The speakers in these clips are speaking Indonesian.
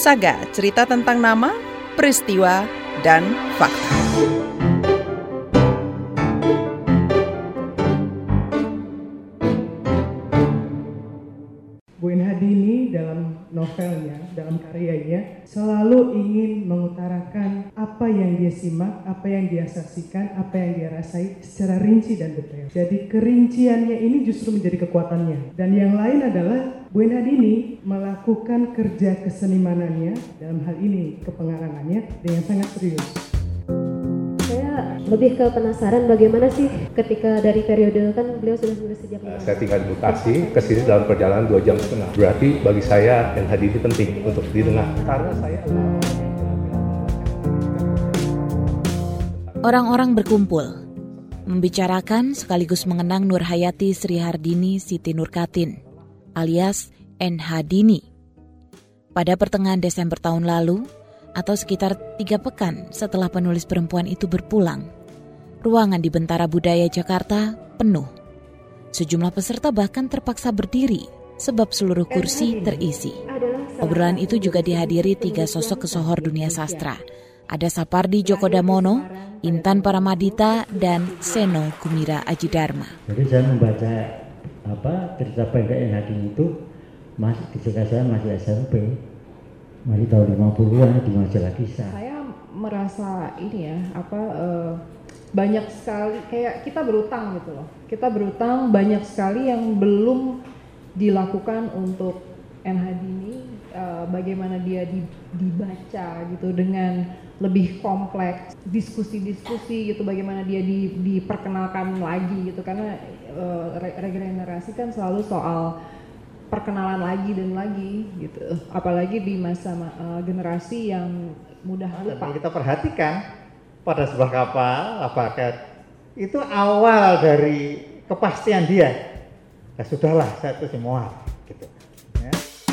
Saga, cerita tentang nama, peristiwa, dan fakta. Bu Enhadini dalam novelnya, dalam karyanya selalu ingin mengutarakan apa yang dia simak, apa yang dia saksikan, apa yang dia rasai secara rinci dan detail. Jadi kerinciannya ini justru menjadi kekuatannya. Dan yang lain adalah Bu Enhadini melakukan kerja kesenimanannya, dalam hal ini kepengarangannya, dengan sangat serius. Lebih ke penasaran bagaimana sih ketika dari periode kan beliau sudah menulis sejak saya tinggal di Bekasi, ke sini dalam perjalanan 2 jam setengah. Berarti bagi saya Enhadini penting untuk didengar. Karena saya orang-orang berkumpul membicarakan sekaligus mengenang Nurhayati Sri Hardini Siti Nurkatin alias Enhadini. Pada pertengahan Desember tahun lalu, atau sekitar 3 pekan setelah penulis perempuan itu berpulang, ruangan di Bentara Budaya Jakarta penuh. Sejumlah peserta bahkan terpaksa berdiri sebab seluruh kursi terisi. Obrolan itu juga dihadiri 3 sosok kesohor dunia sastra. Ada Sapardi Djoko Damono, Intan Paramadita, dan Seno Gumira Adjidharma. Jadi saya membaca cerita pendek Enhadini itu ketika saya masih SMP. Masih tahun 50-an di majalah Kisah. Saya merasa banyak sekali kayak kita berutang gitu loh. Kita berutang banyak sekali yang belum dilakukan untuk Enhadini, bagaimana dia dibaca gitu dengan lebih kompleks, diskusi-diskusi gitu, bagaimana dia diperkenalkan lagi gitu, karena regenerasi kan selalu soal perkenalan lagi dan lagi gitu, apalagi di masa generasi yang mudah lupa. Kalau kita perhatikan pada sebuah kapal, itu awal dari kepastian dia. Ya sudahlah, saya itu semua gitu. Ya.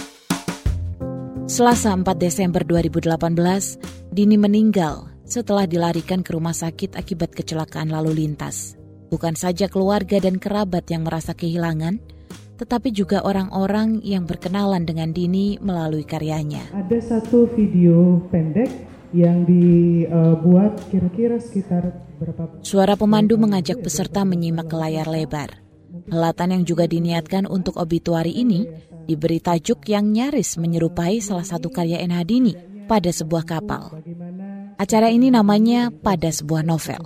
Selasa 4 Desember 2018, Dini meninggal setelah dilarikan ke rumah sakit akibat kecelakaan lalu lintas. Bukan saja keluarga dan kerabat yang merasa kehilangan, tetapi juga orang-orang yang berkenalan dengan Dini melalui karyanya. Ada satu video pendek yang dibuat kira-kira sekitar berapa... Suara pemandu mengajak peserta menyimak ke layar lebar. Helatan yang juga diniatkan untuk obituari ini diberi tajuk yang nyaris menyerupai salah satu karya Enhadini, Pada Sebuah Kapal. Acara ini namanya Pada Sebuah Novel.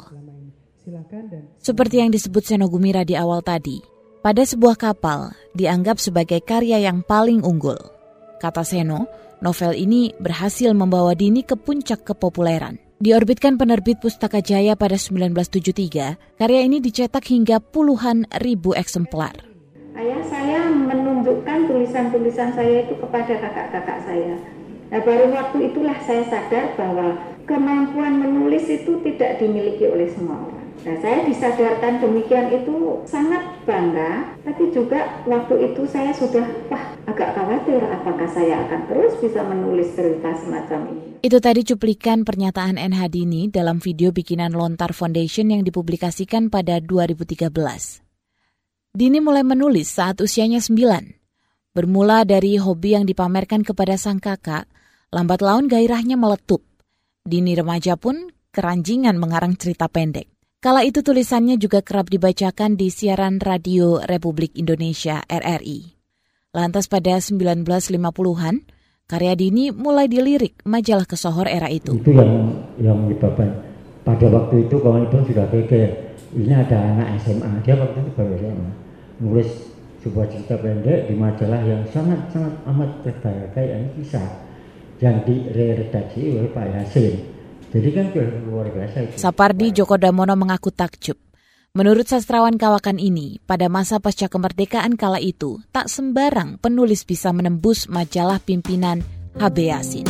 Seperti yang disebut Seno Gumira di awal tadi, Pada Sebuah Kapal dianggap sebagai karya yang paling unggul. Kata Seno, novel ini berhasil membawa Dini ke puncak kepopuleran. Diorbitkan penerbit Pustaka Jaya pada 1973, karya ini dicetak hingga puluhan ribu eksemplar. Ayah saya menunjukkan tulisan-tulisan saya itu kepada kakak-kakak saya. Nah, baru waktu itulah saya sadar bahwa kemampuan menulis itu tidak dimiliki oleh semua orang. Nah, saya disadarkan demikian itu sangat bangga, tapi juga waktu itu saya sudah agak khawatir apakah saya akan terus bisa menulis cerita semacam ini. Itu tadi cuplikan pernyataan Enhadini dalam video bikinan Lontar Foundation yang dipublikasikan pada 2013. Dini mulai menulis saat usianya 9. Bermula dari hobi yang dipamerkan kepada sang kakak, lambat laun gairahnya meletup. Dini remaja pun keranjingan mengarang cerita pendek. Kala itu tulisannya juga kerap dibacakan di siaran radio Republik Indonesia RRI. Lantas pada 1950-an, karya Dini mulai dilirik majalah kesohor era itu. Itu yang menyebabkan pada waktu itu kawan itu sudah geger. Ini ada anak SMA, dia waktu itu baru SMA. Nulis sebuah cerita pendek di majalah yang sangat-sangat amat berbagai kisah yang diredaksi oleh Pak Yasin. Jadi kan luar biasa itu. Sapardi Djoko Damono mengaku takjub. Menurut sastrawan kawakan ini, pada masa pasca kemerdekaan kala itu, tak sembarang penulis bisa menembus majalah pimpinan HB Yasin.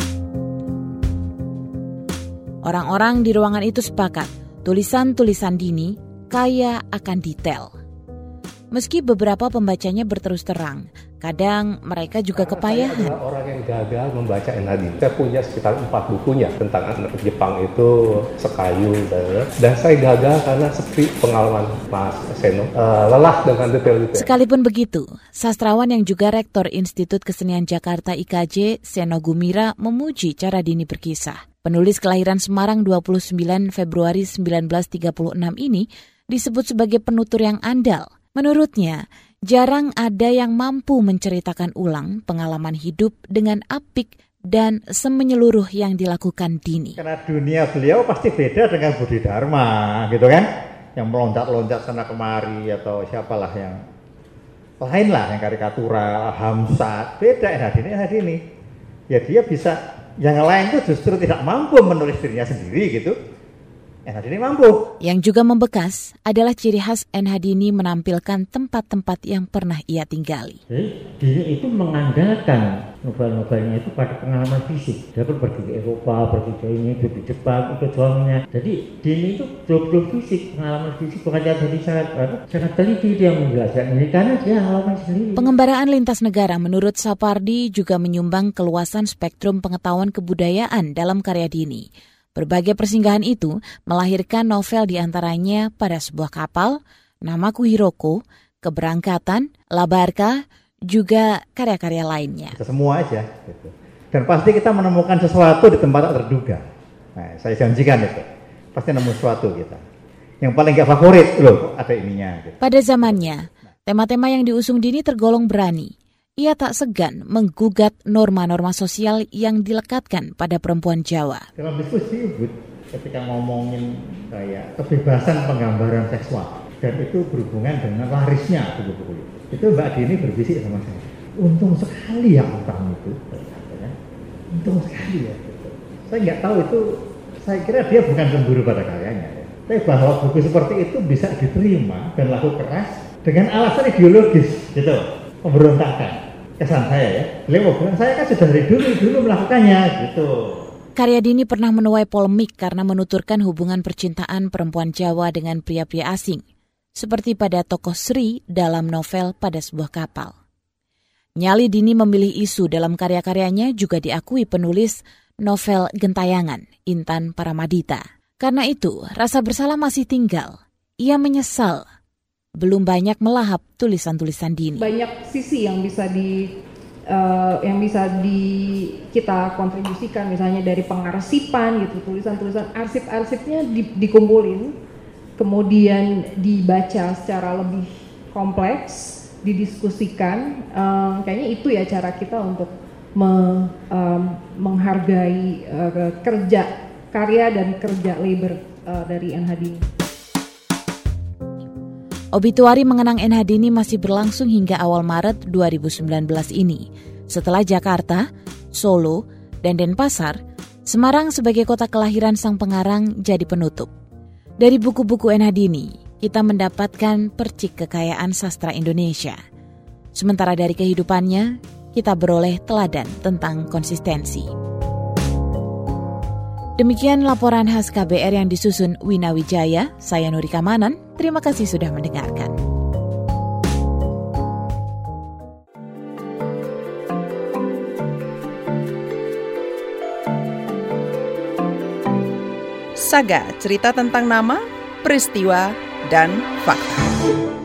Orang-orang di ruangan itu sepakat, tulisan-tulisan Dini kaya akan detail. Meski beberapa pembacanya berterus terang, kadang mereka juga kepayahan. Saya adalah orang yang gagal membaca NHD. Saya punya sekitar 4 bukunya tentang anak Jepang itu, Sekayu, dan saya gagal karena seperti pengalaman Mas Seno, lelah dengan detail-detail. Sekalipun begitu, sastrawan yang juga Rektor Institut Kesenian Jakarta IKJ, Seno Gumira, memuji cara Dini berkisah. Penulis kelahiran Semarang 29 Februari 1936 ini disebut sebagai penutur yang andal. Menurutnya, jarang ada yang mampu menceritakan ulang pengalaman hidup dengan apik dan semenyeluruh yang dilakukan Dini. Karena dunia beliau pasti beda dengan Budi Dharma, gitu kan? Yang meloncat-loncat sana kemari atau siapalah yang lain lah, yang karikatura, Hamzat, beda NHD. Ya dia bisa, yang lain itu justru tidak mampu menulis dirinya sendiri gitu. NHD mampu. Yang juga membekas adalah ciri khas NHD menampilkan tempat-tempat yang pernah ia tinggali. Jadi Dini itu mengandalkan novel-novelnya itu pada pengalaman fisik. Dia pun pergi ke Eropa, pergi ke ini, pergi ke Jepang, ikut suaminya. Jadi Dini itu betul-betul fisik, pengalaman fisik. Bukan jadi sangat teliti dia menjelaskan ini karena dia pengalaman sendiri. Pengembaraan lintas negara menurut Sapardi juga menyumbang keluasan spektrum pengetahuan kebudayaan dalam karya Dini. Berbagai persinggahan itu melahirkan novel diantaranya Pada Sebuah Kapal, Namaku Hiroko, Keberangkatan, Labarka, juga karya-karya lainnya. Semua aja. Gitu. Dan pasti kita menemukan sesuatu di tempat tak terduga. Nah, saya janjikan itu. Pasti nemu sesuatu kita. Yang paling gak favorit loh, ada ininya. Gitu. Pada zamannya, tema-tema yang diusung Dini tergolong berani. Ia tak segan menggugat norma-norma sosial yang dilekatkan pada perempuan Jawa. Dalam diskusi ketika ngomongin kayak kebebasan penggambaran seksual dan itu berhubungan dengan larisnya buku-buku itu Mbak Dini berbisik sama saya. Untung sekali ya utang itu, untung sekali ya. Saya nggak tahu itu, saya kira dia bukan cemburu pada karyanya. Tapi bahwa buku seperti itu bisa diterima dan laku keras dengan alasan ideologis, gitu, pemberontakan. Kesan saya ya, beliau bilang saya kan sudah dari dulu melakukannya gitu. Karya Dini pernah menuai polemik karena menuturkan hubungan percintaan perempuan Jawa dengan pria-pria asing, seperti pada tokoh Sri dalam novel Pada Sebuah Kapal. Nyali Dini memilih isu dalam karya-karyanya juga diakui penulis novel Gentayangan, Intan Paramadita. Karena itu, rasa bersalah masih tinggal. Ia menyesal belum banyak melahap tulisan-tulisan Dini. Banyak sisi yang bisa kita kontribusikan, misalnya dari pengarsipan gitu, tulisan-tulisan arsip-arsipnya dikumpulin, kemudian dibaca secara lebih kompleks, didiskusikan. Kayaknya itu ya cara kita untuk menghargai karya dan kerja labor dari NHD. Obituari mengenang NHD masih berlangsung hingga awal Maret 2019 ini. Setelah Jakarta, Solo, dan Denpasar, Semarang sebagai kota kelahiran sang pengarang jadi penutup. Dari buku-buku NHD, kita mendapatkan percik kekayaan sastra Indonesia. Sementara dari kehidupannya, kita beroleh teladan tentang konsistensi. Demikian laporan khas KBR yang disusun Wina Wijaya, saya Nurika Manan. Terima kasih sudah mendengarkan. Saga, cerita tentang nama, peristiwa, dan fakta.